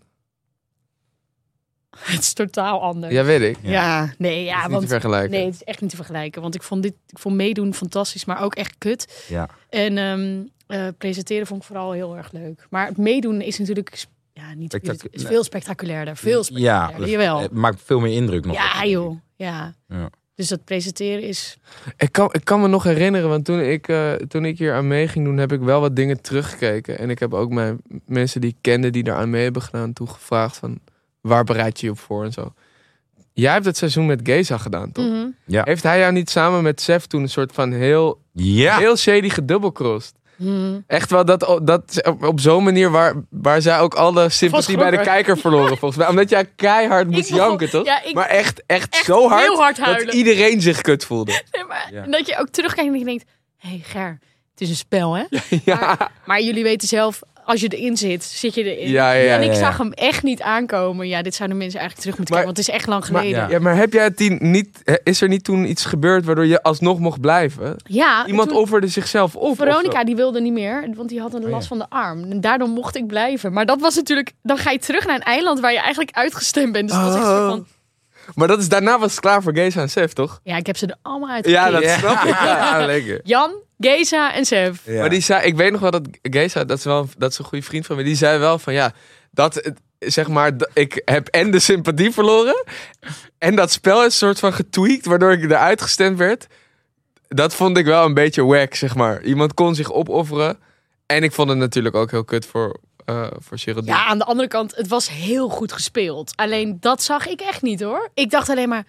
Het is totaal anders. Ja, weet ik. Ja, nee, Dat ja, is niet want te vergelijken. nee, het is echt niet te vergelijken. Want ik vond dit, ik vond meedoen fantastisch, maar ook echt kut. Ja. En ehm, eh, presenteren vond ik vooral heel erg leuk. Maar het meedoen is natuurlijk, sp- ja, niet Spectacu- is nee. veel spectaculairder, veel Ja, spectaculairder. Jawel. het maakt veel meer indruk nog. Ja, joh. Ja. Ja. Dus dat presenteren is. Ik kan, ik kan me nog herinneren, want toen ik, uh, toen ik hier aan mee ging doen, heb ik wel wat dingen teruggekeken. En ik heb ook mijn mensen die ik kende die daar aan mee hebben gedaan, toen gevraagd van, waar bereid je je op voor en zo. Jij hebt het seizoen met Geza gedaan, toch? Mhm. Ja. Heeft hij jou niet samen met Sef toen een soort van heel, Ja. heel shady gedubbelcrossed? Mhm. Echt wel dat, dat op, op zo'n manier waar, waar zij ook alle sympathie bij de schrokken. kijker verloren, volgens mij. Omdat jij keihard moest begon- janken, toch? ja, ik- maar echt, echt, Echt zo hard, heel hard dat huilen. iedereen zich kut voelde. Nee, maar Ja. dat je ook terugkijkt en dat je denkt, hé hey, Ger, het is een spel, hè? Ja. Maar, maar jullie weten zelf, als je erin zit, zit je erin. Ja, ja, ja, en ik ja. zag hem echt niet aankomen. Ja, dit zouden mensen eigenlijk terug moeten Maar- kijken, want het is echt lang Maar, geleden. ja. maar heb jij het die niet, is er niet toen iets gebeurd waardoor je alsnog mocht blijven? Ja, Iemand toen- offerde zichzelf op. of Veronica zo? die wilde niet meer, want die had een Oh, last ja. van de arm. En daardoor mocht ik blijven. Maar dat was natuurlijk, dan ga je terug naar een eiland waar je eigenlijk uitgestemd bent. Dus dat was echt Oh. zo van, Maar dat is, daarna was het klaar voor Geza en Sef, toch? ja, ik heb ze er allemaal uit. Ja, dat Ja. snap ik. Ja, lekker. Jan, Geza en Sef. Ja. Maar die zei, ik weet nog wel dat Geza, dat is wel dat is een goede vriend van me, die zei wel van ja, dat eh, zeg maar, d- ik heb en de sympathie verloren en dat spel is een soort van getweakt waardoor ik eruit gestemd werd. Dat vond ik wel een beetje wack, zeg maar. Iemand kon zich opofferen en ik vond het natuurlijk ook heel kut voor, uh, voor Geraldine. Ja, aan de andere kant, het was heel goed gespeeld. Alleen dat zag ik echt niet hoor. Ik dacht alleen maar,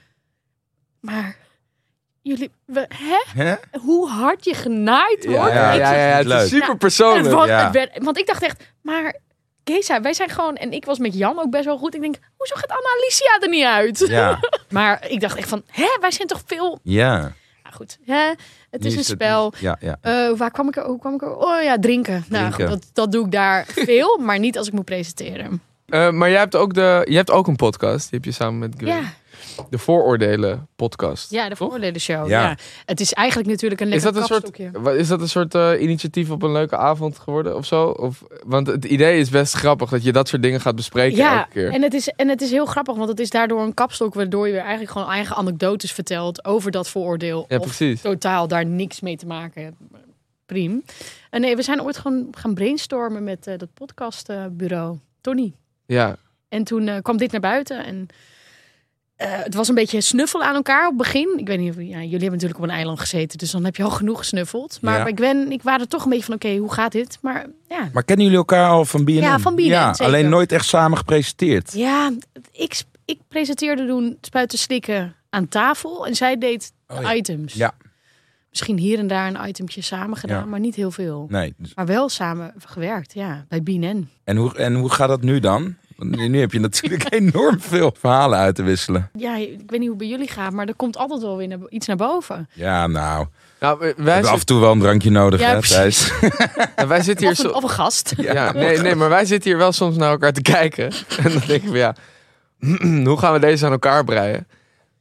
maar jullie, we, hè? Hè? Hoe hard je genaaid Ja, wordt. ja, Ik ja, zeg, ja, ja, het Leuk. is super Het persoonlijk. was, ja. het werd, want ik dacht echt, maar Geza, wij zijn gewoon, en ik was met Jan ook best wel goed. Ik denk, hoezo gaat Anna Alicia er niet uit? Ja. Maar ik dacht echt van, hè, wij zijn toch veel... Ja. Nou goed, hè, het Nu is een het- spel. Ja, ja. Eh, waar kwam ik er? Hoe kwam ik er? Oh ja, drinken. Nou, Drinken. goed, dat, dat doe ik daar veel, maar niet als ik moet presenteren. Uh, maar jij hebt, ook de, je hebt ook een podcast, die heb je samen met Gwen. Ja, De Vooroordelen podcast. ja de toch? vooroordelen show. Ja. Ja. Het is eigenlijk natuurlijk een Is lekker dat een soort, kapstokje. wa- is dat een soort eh, initiatief op een leuke avond geworden of zo? Of, want het idee is best grappig dat je dat soort dingen gaat bespreken Ja, elke keer. en het, is, en het is heel grappig, want het is daardoor een kapstok waardoor je weer eigenlijk gewoon eigen anekdotes vertelt over dat vooroordeel. Ja, of precies. totaal daar niks mee te maken hebt. Priem. En nee, we zijn ooit gewoon gaan brainstormen met eh, dat podcastbureau, Tony. Ja. En toen eh, kwam dit naar buiten en eh, het was een beetje snuffelen aan elkaar op het begin. Ik weet niet of ja, jullie hebben natuurlijk op een eiland gezeten, dus dan heb je al genoeg gesnuffeld. Maar Ja. bij Gwen, ik waren er toch een beetje van, oké, hoe gaat dit? Maar ja, Maar kennen jullie elkaar al van B N N? Ja, van B N N, Ja, zeker. alleen nooit echt samen gepresenteerd. ja, ik, ik presenteerde toen spuiten slikken aan tafel en zij deed Oh, de ja. items. Ja. Misschien hier en daar een itemtje samen gedaan, Ja. maar niet heel veel. Nee. dus- Maar wel samen gewerkt, ja, bij B N N. En hoe, en hoe gaat dat nu dan? Want nu nu heb je natuurlijk enorm veel verhalen uit te wisselen. Ja, ik weet niet hoe het bij jullie gaat, maar er komt altijd wel weer naar- iets naar boven. Ja, nou. Nou, wij, We hebben af zit- en toe wel een drankje nodig, Ja, hè, precies. Thijs? wij zitten hier Of een, zo... of een gast. Ja, nee, nee, maar wij zitten hier wel soms naar elkaar te kijken. En dan denken we, ja, hoe gaan we deze aan elkaar breien?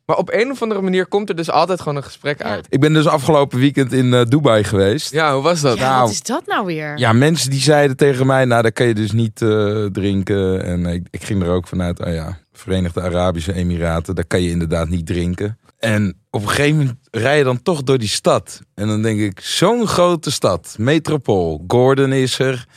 Maar op een of andere manier komt er dus altijd gewoon een gesprek Ja. uit. Ik ben dus afgelopen weekend in uh, Dubai geweest. Ja, hoe was dat? Ja, Nou, wat is dat nou weer? Ja, mensen die zeiden tegen mij, nou, daar kan je dus niet uh, drinken. En ik, ik ging er ook vanuit, oh ja, Verenigde Arabische Emiraten, daar kan je inderdaad niet drinken. En op een gegeven moment rij je dan toch door die stad. En dan denk ik, zo'n grote stad, metropool, Gordon is er.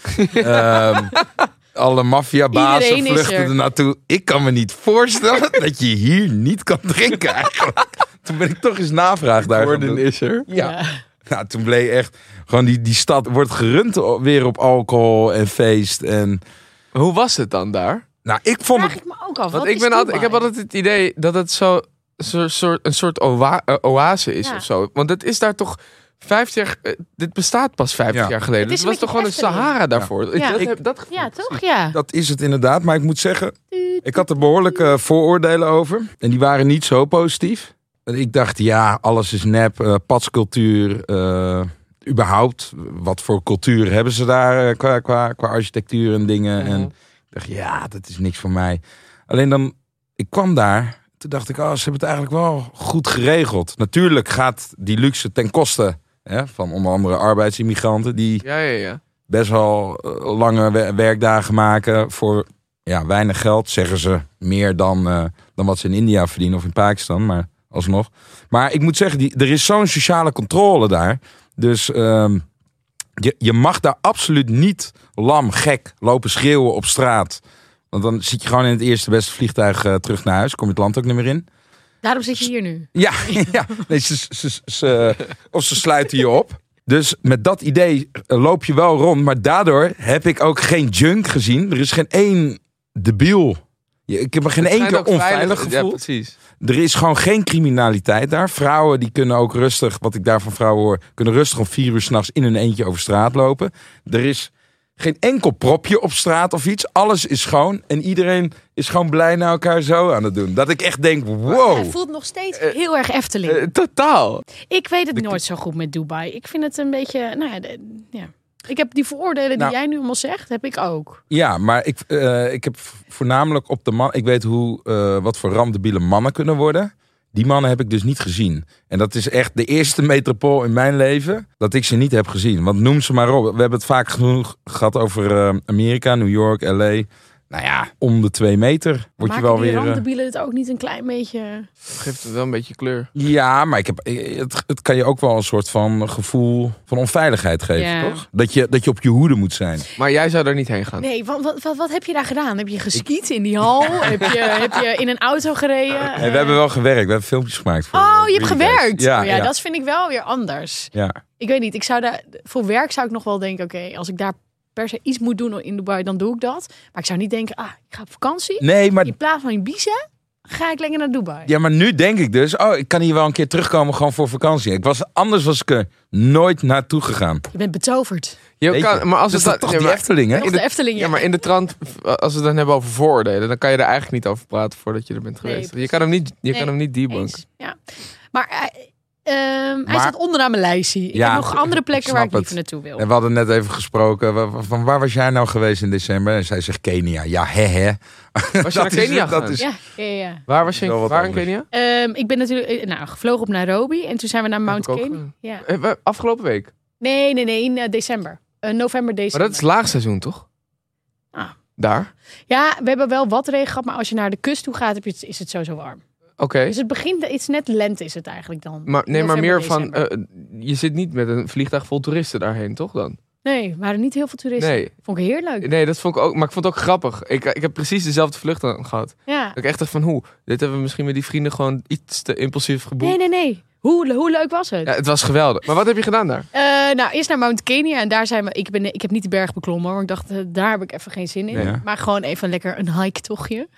um, alle maffiabazen Iedereen is vluchten er. er naartoe. Ik kan me niet voorstellen dat je hier niet kan drinken eigenlijk. Toen ben ik toch eens navraag daar gaan Gordon doen. is er. Ja. Nou, toen bleek echt, gewoon die, die stad wordt gerund weer op alcohol en feest. En Hoe was het dan daar? nou, ik vond Vraag het... ik me ook af. Want wat ik, is ben altijd, ik heb Dubai? altijd het idee dat het zo, zo, soort, een soort oa- uh, oase is Ja. of zo. Want het is daar toch vijftig jaar... uh, dit bestaat pas vijftig Ja. jaar geleden. Het is Het was een toch gewoon een beetje Efteling. Sahara daarvoor. Ja. Dat, Ik- heb- dat gevoel Ja, precies. toch? Ja. Dat is het inderdaad, maar ik moet zeggen, ik had er behoorlijke vooroordelen over. En die waren niet zo positief. En ik dacht, ja, alles is nep, uh, padscultuur, uh, überhaupt. Wat voor cultuur hebben ze daar uh, qua, qua, qua architectuur en dingen. Mhm. En ik dacht, ja, dat is niks voor mij. Alleen dan, ik kwam daar, toen dacht ik, oh, ze hebben het eigenlijk wel goed geregeld. Natuurlijk gaat die luxe ten koste hè, van onder andere arbeidsimmigranten die Ja, ja, ja. best wel uh, lange we- werkdagen maken voor ja, weinig geld. Zeggen ze meer dan, uh, dan wat ze in India verdienen of in Pakistan, maar alsnog. Maar ik moet zeggen, die, er is zo'n sociale controle daar. Dus um, je, je mag daar absoluut niet lam, gek lopen schreeuwen op straat. Want dan zit je gewoon in het eerste beste vliegtuig uh, terug naar huis. Kom je het land ook niet meer in. Daarom zit je hier nu. Ja, ja. Nee, ze, ze, ze, of ze sluiten je op. Dus met dat idee loop je wel rond. Maar daardoor heb ik ook geen junk gezien. Er is geen één debiel. Ik heb me geen Het één schijnt keer ook onveilig veilig- Ja, gevoeld. precies. Er is gewoon geen criminaliteit daar. Vrouwen die kunnen ook rustig, wat ik daar van vrouwen hoor, kunnen rustig om vier uur 's nachts in hun eentje over straat lopen. Er is geen enkel propje op straat of iets. Alles is schoon. En iedereen is gewoon blij naar elkaar zo aan het doen. Dat ik echt denk, wow. Hij voelt nog steeds heel erg Efteling. Eh, totaal. ik weet het nooit zo goed met Dubai. Ik vind het een beetje... Nou ja, de- ja. Ik heb die vooroordelen die Nou. jij nu allemaal zegt, heb ik ook. Ja, maar ik, uh, ik heb voornamelijk op de man. Ik weet hoe, uh, wat voor ramdebiele mannen kunnen worden. Die mannen heb ik dus niet gezien. En dat is echt de eerste metropool in mijn leven dat ik ze niet heb gezien. Want noem ze maar op. We hebben het vaak genoeg gehad over uh, Amerika, New York, L A. Nou ja, om de twee meter word Maken je wel die weer... uh, randebielen het ook niet een klein beetje... Geeft het wel een beetje kleur. Ja, maar ik heb, het, het kan je ook wel een soort van gevoel van onveiligheid geven, Ja. toch? Dat je, dat je op je hoede moet zijn. Maar jij zou daar niet heen gaan. Nee, wat, wat, wat, wat heb je daar gedaan? Heb je geskiet in die hal? heb, je, heb je in een auto gereden? En we hebben wel gewerkt. We hebben filmpjes gemaakt. Voor Oh, je hebt Green Guys. gewerkt? Ja, oh, ja, ja. dat vind ik wel weer anders. ja. Ik weet niet, ik zou daar, voor werk zou ik nog wel denken... Oké, als ik daar per se iets moet doen in Dubai, dan doe ik dat. Maar ik zou niet denken, ah, ik ga op vakantie. Nee, maar In plaats van Ibiza, ga ik lekker naar Dubai. Ja, maar nu denk ik dus, oh, ik kan hier wel een keer terugkomen gewoon voor vakantie. Ik was, anders was ik er nooit naartoe gegaan. Je bent betoverd. Je Weet kan, je? maar als Dus het dat dan- toch ja, die maar- Efteling, hè? Nog de Efteling. Ja, maar in de trant, als we het dan hebben over vooroordelen, dan kan je er eigenlijk niet over praten voordat je er bent Nee, geweest. je kan hem niet, je Nee, kan hem niet debunken. Eens, ja. Maar hij, ehm, hij Maar- staat onderaan mijn lijstje. Ik Ja, heb nog andere plekken ik waar ik snap liever naartoe wil. En we hadden net even gesproken, wa- wa- van waar was jij nou geweest in december? En zij zegt Kenia. Ja, hè hè. Was je Dat naar is- Kenia dat gegaan? is- Ja, ja, ja. Waar was je Wel wat waar in anders. Kenia? Ehm, ik ben natuurlijk eh, nou, gevlogen op Nairobi en toen zijn we naar Mount Heb ik ook Kenya. gedaan. Ja. Eh, we- Afgelopen week. Nee, nee, nee, in eh, december. Eh, november, Maar december. dat is laagseizoen, toch? Ah. Daar? Ja, we hebben wel wat regen gehad, maar als je naar de kust toe gaat, heb je het, is het sowieso warm. Oké. Dus het begint, het is net lente is het eigenlijk dan. Maar, nee, maar November, meer van, december. eh, je zit niet met een vliegtuig vol toeristen daarheen, toch dan? Nee, er waren niet heel veel toeristen. Nee. Vond ik heel leuk. Nee, dat vond ik ook, maar ik vond het ook grappig. Ik, ik heb precies dezelfde vlucht aan gehad. Ja. Dat ik echt dacht van, hoe? Dit hebben we misschien met die vrienden gewoon iets te impulsief geboekt. Nee, nee, nee. Hoe, hoe leuk was het? Ja, het was geweldig. Maar wat heb je gedaan daar? Eh, nou, eerst naar Mount Kenya en daar zijn we. Ik, ben, ik heb niet de berg beklommen, want ik dacht, eh, daar heb ik even geen zin in. Nee. Maar gewoon even lekker een hike-tochtje.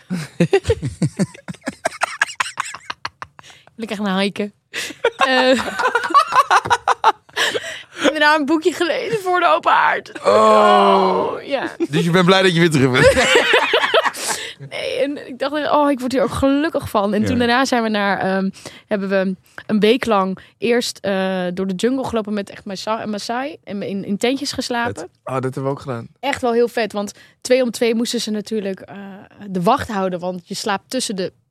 lekker gaan hiken. Eh, ik heb daarna een boekje gelezen voor de open haard. Oh. Ja. Dus je bent blij dat je weer terug bent. Nee, en ik dacht, oh, ik word hier ook gelukkig van. En Ja. toen daarna zijn we naar, ehm, hebben we een week lang eerst eh, door de jungle gelopen met echt Maasai, Maasai en in, in tentjes geslapen. Oh, dat hebben we ook gedaan. Echt wel heel vet, want twee om twee moesten ze natuurlijk eh, de wacht houden, want je slaapt tussen de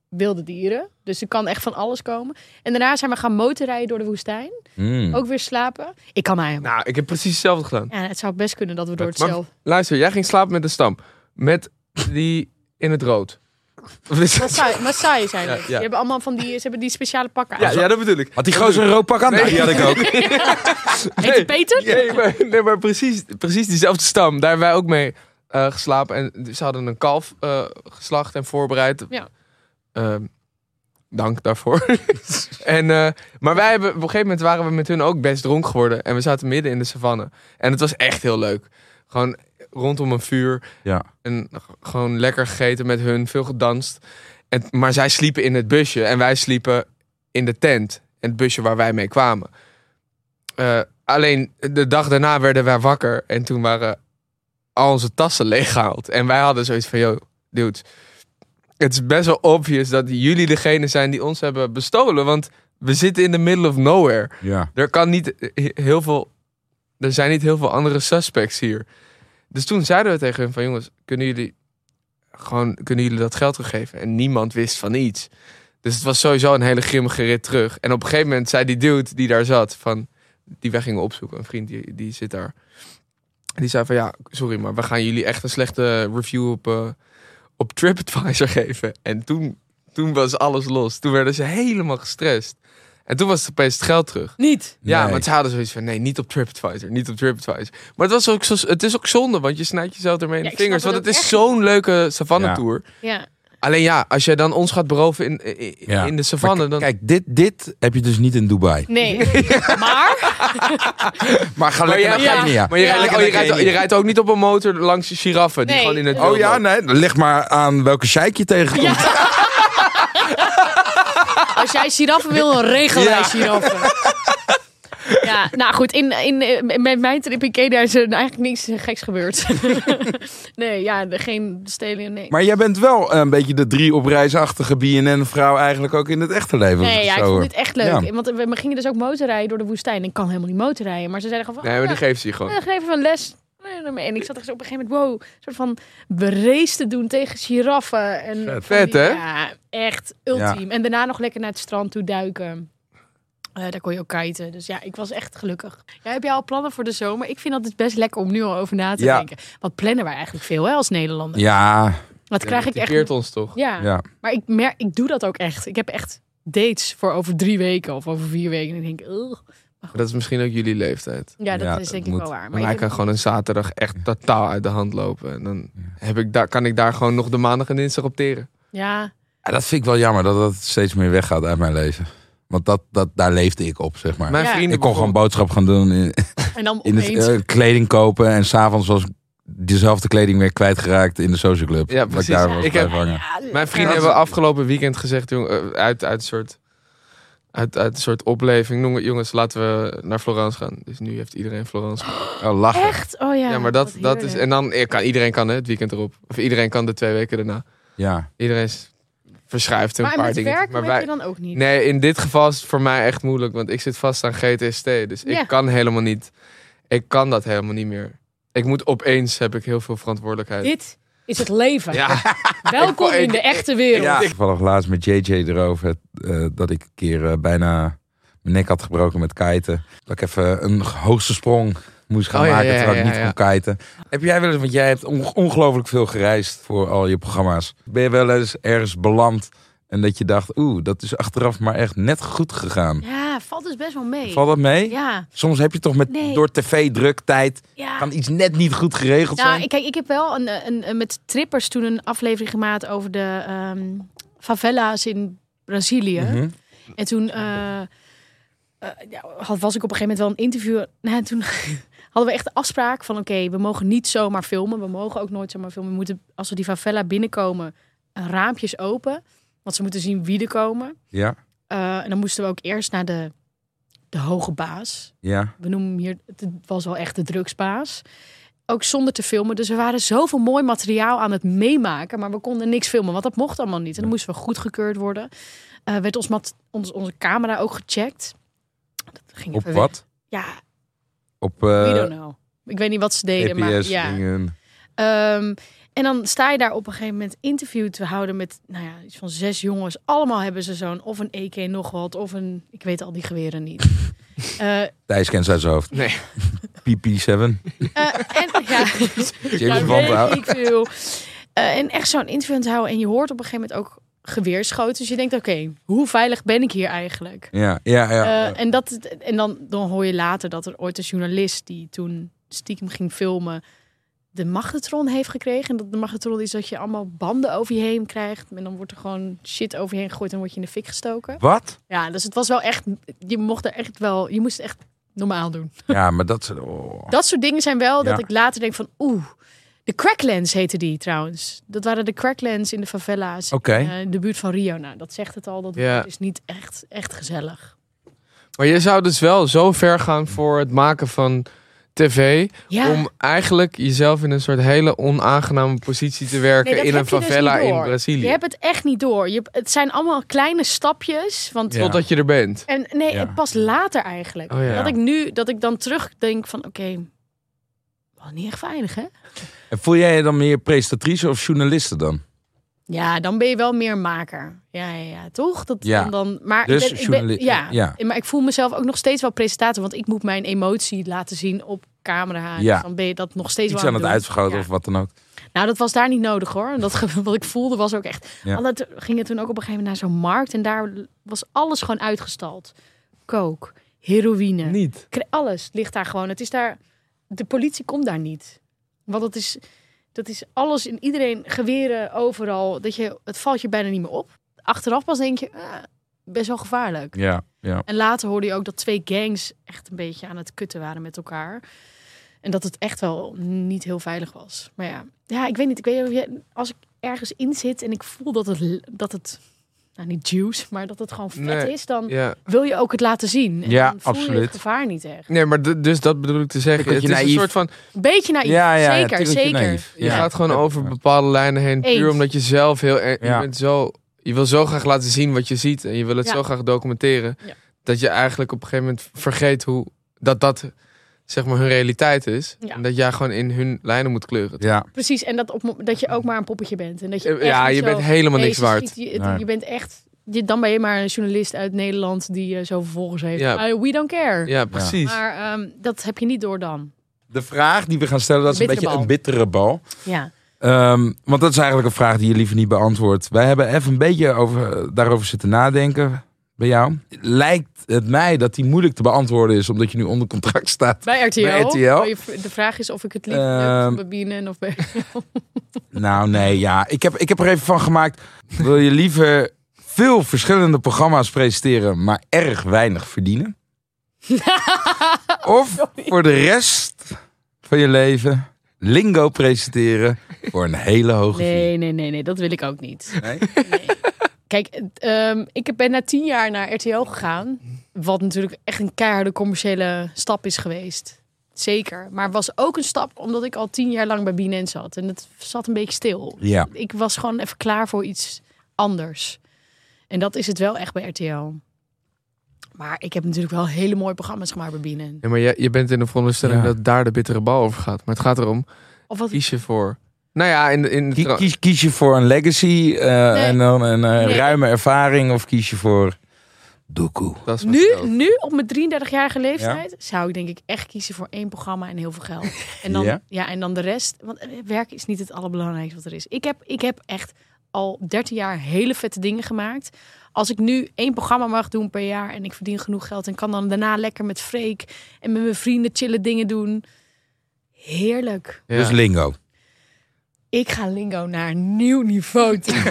wilde dieren. Dus er kan echt van alles komen. En daarna zijn we gaan motorrijden door de woestijn. Mm. Ook weer slapen. Ik kan mij Nou, ik heb precies hetzelfde gedaan. Ja, het zou best kunnen dat we door Maar- hetzelfde... Luister, jij ging slapen met de stam. Met die in het rood. Of is dat- Maasai, Maasai zijn Ja, het. ja. Die hebben allemaal van die... Ze hebben die speciale pakken Ja, aan. ja, dat bedoel ik. Had die gozer een rood pak aan? Nee. Nou, die had ik ook. Heet die Peter? Nee, maar, nee, maar precies, precies diezelfde stam. Daar hebben wij ook mee uh, geslapen. En ze hadden een kalf uh, geslacht en voorbereid. Ja. Uh, dank daarvoor. en, uh, maar wij hebben, op een gegeven moment waren we met hun ook best dronken geworden. En we zaten midden in de savanne. En het was echt heel leuk. Gewoon rondom een vuur. Ja. En gewoon lekker gegeten met hun. Veel gedanst. En, maar zij sliepen in het busje. En wij sliepen in de tent. In het busje waar wij mee kwamen. Uh, alleen de dag daarna werden wij wakker. En toen waren al onze tassen leeggehaald. En wij hadden zoiets van, yo, dude, het is best wel obvious dat jullie degene zijn die ons hebben bestolen. Want we zitten in the middle of nowhere. Ja. Er kan niet heel veel, er zijn niet heel veel andere suspects hier. Dus toen zeiden we tegen hun van, jongens, kunnen jullie gewoon, kunnen jullie dat geld geven? En niemand wist van iets. Dus het was sowieso een hele grimmige rit terug. En op een gegeven moment zei die dude die daar zat, van, die wij gingen opzoeken, een vriend die, die zit daar. Die zei van, ja, sorry, maar we gaan jullie echt een slechte review op, uh, op TripAdvisor geven. En toen, toen was alles los. Toen werden ze helemaal gestrest. En toen was het opeens het geld terug. Niet. Ja, Nee. maar ze hadden zoiets van, nee, niet op TripAdvisor, niet op TripAdvisor. Maar het, was ook zo, het is ook zonde, want je snijdt jezelf ermee in Ja, de ik snap vingers. het Want het ook is echt. zo'n leuke savanne-tour. Ja. Alleen ja, als jij dan ons gaat beroven in, in, Ja. in de savanne, Maar dan... k- Kijk, dit, dit heb je dus niet in Dubai. Nee. Maar... Maar ga Maar lekker jij- naar ja. Kenia. Maar je, Ja. rijdt, oh, je, rijdt, je rijdt ook niet op een motor langs de giraffen die Nee. gewoon in het Oh wild ja, lopen. nee. Dan ligt maar aan welke sheik je tegenkomt. Ja. Als jij giraffen wil, dan regel wij Ja. giraffen. Ja, nou goed, in, in, in- met mijn trip in Kenia is er eigenlijk niks geks gebeurd. Nee, ja, de- geen stelen, nee. Maar jij bent wel een beetje de drie op reisachtige B N N-vrouw eigenlijk ook in het echte leven. Nee, ja, ik Zo, vond dit echt leuk. Ja. Want we, we gingen dus ook motorrijden door de woestijn. Ik kan helemaal niet motorrijden. Maar ze zeiden gewoon van... Nee, maar oh, die geeft ze je gewoon. ja, geef even een les. En ik zat er zo op een gegeven moment, wow, een soort van race te doen tegen giraffen. En Vet. van Vet, die- hè? Ja, echt ultiem. En daarna nog lekker naar het strand toe duiken. Eh, daar kon je ook kiten. Dus ja, ik was echt gelukkig. Ja, heb jij al plannen voor de zomer? Ik vind dat het best lekker om nu al over na te Ja. denken. Wat plannen wij eigenlijk veel hè, als Nederlander? Ja, Wat krijg ik Die echt... keert ons toch? Ja, ja. maar ik, merk, ik doe dat ook echt. Ik heb echt dates voor over drie weken of over vier weken. En ik denk, ugh. Dat is misschien ook jullie leeftijd. Ja, dat Ja, is dat denk ik moet. wel waar. Maar Maar mij ik kan heb- gewoon een zaterdag echt totaal uit de hand lopen. En dan heb ik daar, kan ik daar gewoon nog de maandag en dinsdag op teren. Ja, Ja, dat vind ik wel jammer dat dat steeds meer weggaat uit mijn leven. Want dat, dat, daar leefde ik op, zeg maar. Mijn Ja. vrienden Ik kon gewoon bijvoorbeeld- boodschap gaan doen in, en dan in het opeens... eh, kleding kopen. En s'avonds was ik dezelfde kleding weer kwijtgeraakt in de social club. Ja, Waar ik precies. daar was Ik blijven heb- hangen. Ja, Mijn vrienden ja, hebben afgelopen weekend gezegd, jong, eh, uit, uit een soort, uit, uit een soort opleving, jongen- jongens, laten we naar Florence gaan. Dus nu heeft iedereen Florence. Oh, lachen. Echt? Oh ja. Ja, maar dat, wat dat is, heerlijk. en dan eh, kan iedereen kan hè, het weekend erop, of iedereen kan de twee weken daarna. Ja. Iedereen is- verschuift een Maar paar met dingen. werken Maar weet wij, je dan ook niet? nee, in dit geval is het voor mij echt moeilijk, want ik zit vast aan G T S T, dus Ja. ik kan helemaal niet. Ik kan dat helemaal niet meer. Ik moet opeens heb ik heel veel verantwoordelijkheid. Dit is het leven. Ja. Welkom Ik- ik- in de echte wereld. Ja. Toevallig laatst met J J erover eh, dat ik een keer eh, bijna mijn nek had gebroken met kiten. Dat ik even een hoogste sprong moest gaan Oh, ja, maken ja, terwijl ik ja, niet ja. kon kiten. Heb jij wel eens, want jij hebt on- ongelooflijk veel gereisd voor al je programma's. Ben je wel eens ergens beland en dat je dacht, oeh, dat is achteraf maar echt net goed gegaan. Ja, valt dus best wel mee. Valt dat mee? Ja, Soms heb je toch met, Nee. door tv, druk, tijd, ja. kan iets net niet goed geregeld Nou, zijn. ik, kijk, ik heb wel een, een, een- met Trippers toen een aflevering gemaakt over de ehm, favela's in Brazilië. Mhm. En toen eh, eh, ja, had, was ik op een gegeven moment wel een interview. Nou, toen hadden we echt de afspraak van oké, we mogen niet zomaar filmen. We mogen ook nooit zomaar filmen. We moeten, als we die favela binnenkomen, uh, raampjes open. Want ze moeten zien wie er komen. Ja, Uh, en dan moesten we ook eerst naar de, de hoge baas. ja. We noemen hem hier, het was wel echt de drugsbaas. Ook zonder te filmen. Dus we waren zoveel mooi materiaal aan het meemaken. Maar we konden niks filmen, want dat mocht allemaal niet. En dan moesten we goedgekeurd worden. Uh, werd ons mat, ons, onze camera ook gecheckt. Dat ging Op even wat? weg. Ja, Op we eh don't know. Ik weet niet wat ze deden, maar G P S ja. dingen. Um, En dan sta je daar op een gegeven moment interview te houden met, nou ja, iets van zes jongens. Allemaal hebben ze zo'n, of een E K nog wat, of een, ik weet al die geweren niet. Uh, Thijs kent ze uit zijn hoofd. Nee. P P zeven. Uh, en ja, James ja, Bond. weet ik veel. Uh, en echt zo'n interview te houden. En je hoort op een gegeven moment ook geweerschoten. Dus je denkt, oké, okay, hoe veilig ben ik hier eigenlijk? Ja, ja, ja. Uh, en dat, en dan, dan hoor je later dat er ooit een journalist die toen stiekem ging filmen, de magnetron heeft gekregen. En dat de magnetron is dat je allemaal banden over je heen krijgt. En dan wordt er gewoon shit over je heen gegooid en word je in de fik gestoken. Wat? Ja, dus het was wel echt, je mocht er echt wel, je moest het echt normaal doen. Ja, maar dat... Oh. Dat soort dingen zijn wel dat Ja. ik later denk van, oeh, de Cracklands heette die trouwens. Dat waren de Cracklands in de favela's. Oké. Uh, in de buurt van Rio. Nou, dat zegt het al. Dat Ja. is niet echt, echt gezellig. Maar je zou dus wel zo ver gaan voor het maken van tv... Ja. om eigenlijk jezelf in een soort hele onaangename positie te werken... Nee, dat in een heb je dus favela niet in door. Brazilië. Je hebt het echt niet door. Je, het zijn allemaal kleine stapjes. Want Ja. Totdat je er bent. En nee, Ja. het pas later eigenlijk. Oh ja. Dat ik nu, dat ik dan terugdenk van, oké, okay, wel niet echt veilig, hè? En voel jij je dan meer presentatrice of journaliste dan? Ja, dan ben je wel meer maker. Ja, ja, ja toch? Dat, Ja. dan, dan, maar Dus ik ben, ik ben, journali- ja, ja. maar ik voel mezelf ook nog steeds wel presentator, want ik moet mijn emotie laten zien op camera. Ja. Dus dan ben je dat nog steeds Iets wel aan het doen. uitvergroten Ja. of wat dan ook. Nou, dat was daar niet nodig hoor. Dat ge- wat ik voelde was ook echt. Ja. Alle, gingen toen ook op een gegeven moment naar zo'n markt en daar was alles gewoon uitgestald. Coke, heroïne, Niet. Kre- alles ligt daar gewoon. Het is daar. De politie komt daar niet, want dat is. Dat is alles in iedereen, geweren overal. Dat je, het valt je bijna niet meer op. Achteraf pas denk je, ah, best wel gevaarlijk. Ja, ja. En later hoorde je ook dat twee gangs echt een beetje aan het kutten waren met elkaar. En dat het echt wel niet heel veilig was. Maar ja, ja ik weet niet. Ik weet niet of je, als ik ergens in zit en ik voel dat het, dat het nou niet juice, maar dat het gewoon vet Nee. is, dan Ja. wil je ook het laten zien. En Ja, dan voel je absoluut. het gevaar niet echt. Nee, maar d- dus dat bedoel ik te zeggen. Een Het is beetje een naïef. soort van... Een beetje naïef, Ja, ja, ja, zeker, tikkeltje zeker. naïef. Je Ja. gaat gewoon Ja. over bepaalde lijnen heen. Eens. Puur omdat je zelf heel... er- Ja. Je bent zo... Je wil zo graag laten zien wat je ziet. En je wil het Ja. zo graag documenteren. Ja. Dat je eigenlijk op een gegeven moment vergeet hoe... Dat dat, zeg maar, hun realiteit is. Ja. En dat jij gewoon in hun lijnen moet kleuren. Ja, Precies, en dat, op, mo- dat je ook maar een poppetje bent. En dat je Eh, echt ja, niet je zo- bent helemaal Nee, niks ze waard. schiet Je, het- Nee. je bent echt... Je, dan ben je maar een journalist uit Nederland die uh, zoveel volgers heeft. Ja. Uh, we don't care. Ja, precies. Maar um, dat heb je niet door dan. de vraag die we gaan stellen, dat is een Bittere beetje bal. een bittere bal. Ja. Um, want dat is eigenlijk een vraag die je liever niet beantwoordt. Wij hebben even een beetje over, daarover zitten nadenken bij jou. Lijkt het mij dat die moeilijk te beantwoorden is, omdat je nu onder contract staat. Bij R T L. Bij R T L. Oh, je- De vraag is of ik het liever heb Um, van bij B N N of bij... Nou nee, ja. Ik heb, ik heb er even van gemaakt. Wil je liever veel verschillende programma's presenteren, maar erg weinig verdienen? Of voor de rest van je leven Lingo presenteren voor een hele hoge fee? Nee, nee, nee, nee. Dat wil ik ook niet. Nee? Nee. Kijk, um, ik ben na tien jaar naar R T L gegaan. Wat natuurlijk echt een keiharde commerciële stap is geweest. Zeker. Maar het was ook een stap omdat ik al tien jaar lang bij B N N zat. En het zat een beetje stil. Ja. Ik was gewoon even klaar voor iets anders. En dat is het wel echt bij R T L. Maar ik heb natuurlijk wel hele mooie programma's gemaakt bij B N N. Ja, maar je, je bent in de veronderstelling Ja. dat daar de bittere bal over gaat. Maar het gaat erom, Of wat? kies je voor... Nou ja, in de... In de Kie- tra- Kies, kies je voor een legacy uh, en dan een uh, Nee. ruime ervaring, of kies je voor doekoe? dat is wat Nu, geld. nu, op mijn drieëndertigjarige leeftijd, zou ik denk ik echt kiezen voor één programma en heel veel geld. En dan, Ja? ja? en dan de rest. Want werk is niet het allerbelangrijkste wat er is. Ik heb, ik heb echt al dertien jaar hele vette dingen gemaakt. Als ik nu één programma mag doen per jaar en ik verdien genoeg geld en kan dan daarna lekker met Freek en met mijn vrienden chillen dingen doen. Heerlijk. Ja. Dus Lingo. Ik ga Lingo naar een nieuw niveau toe.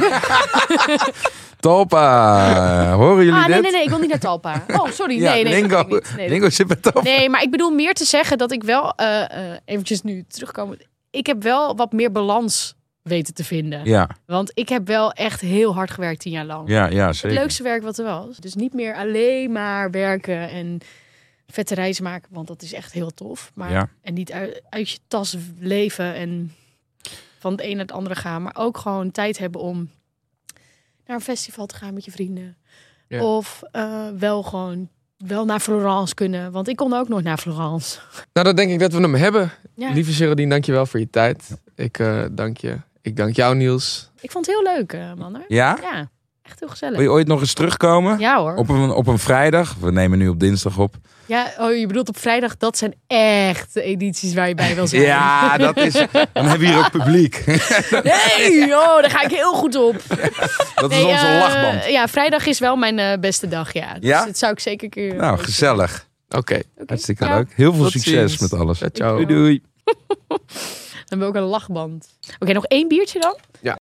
Talpa, horen jullie Ah, nee, dit? nee, nee, ik wil niet naar Talpa. Oh, sorry. Ja, nee, nee, Lingo, dat wil ik niet. Nee, Lingo zit bij Talpa. Nee, maar ik bedoel meer te zeggen dat ik wel, uh, uh, eventjes nu terugkomen. Ik heb wel wat meer balans weten te vinden. Ja, Want ik heb wel echt heel hard gewerkt tien jaar lang. ja, ja, Het zeker. leukste werk wat er was. Dus niet meer alleen maar werken en vette reizen maken. Want dat is echt heel tof. Maar, Ja. En niet uit, uit je tas leven en van het een naar het andere gaan. Maar ook gewoon tijd hebben om naar een festival te gaan met je vrienden. Ja. Of uh, wel gewoon wel naar Florence kunnen. Want ik kon ook nooit naar Florence. Nou, dan denk ik dat we hem hebben. Ja. Lieve Geraldine, dank je wel voor je tijd. Ik uh, dank je Ik dank jou, Niels. Ik vond het heel leuk, uh, mannen. Ja? Ja, echt heel gezellig. Wil je ooit nog eens terugkomen? Ja hoor. Op een, op een vrijdag. We nemen nu op dinsdag op. Ja, oh, je bedoelt op vrijdag, dat zijn echt de edities waar je bij wil zijn. Ja, dat is... Dan hebben we hier ook publiek. Nee, oh, daar ga ik heel goed op. Dat is Nee, onze uh, lachband. Ja, vrijdag is wel mijn uh, beste dag, ja. Dus Ja? dat zou ik zeker een keer... Nou, gezellig. Oké. Okay. Okay. Hartstikke Ja. leuk. Heel veel Tot succes ziens. met alles. Ja, ciao. Doei doei. Dan hebben we ook een lachband. Oké, okay, nog één biertje dan?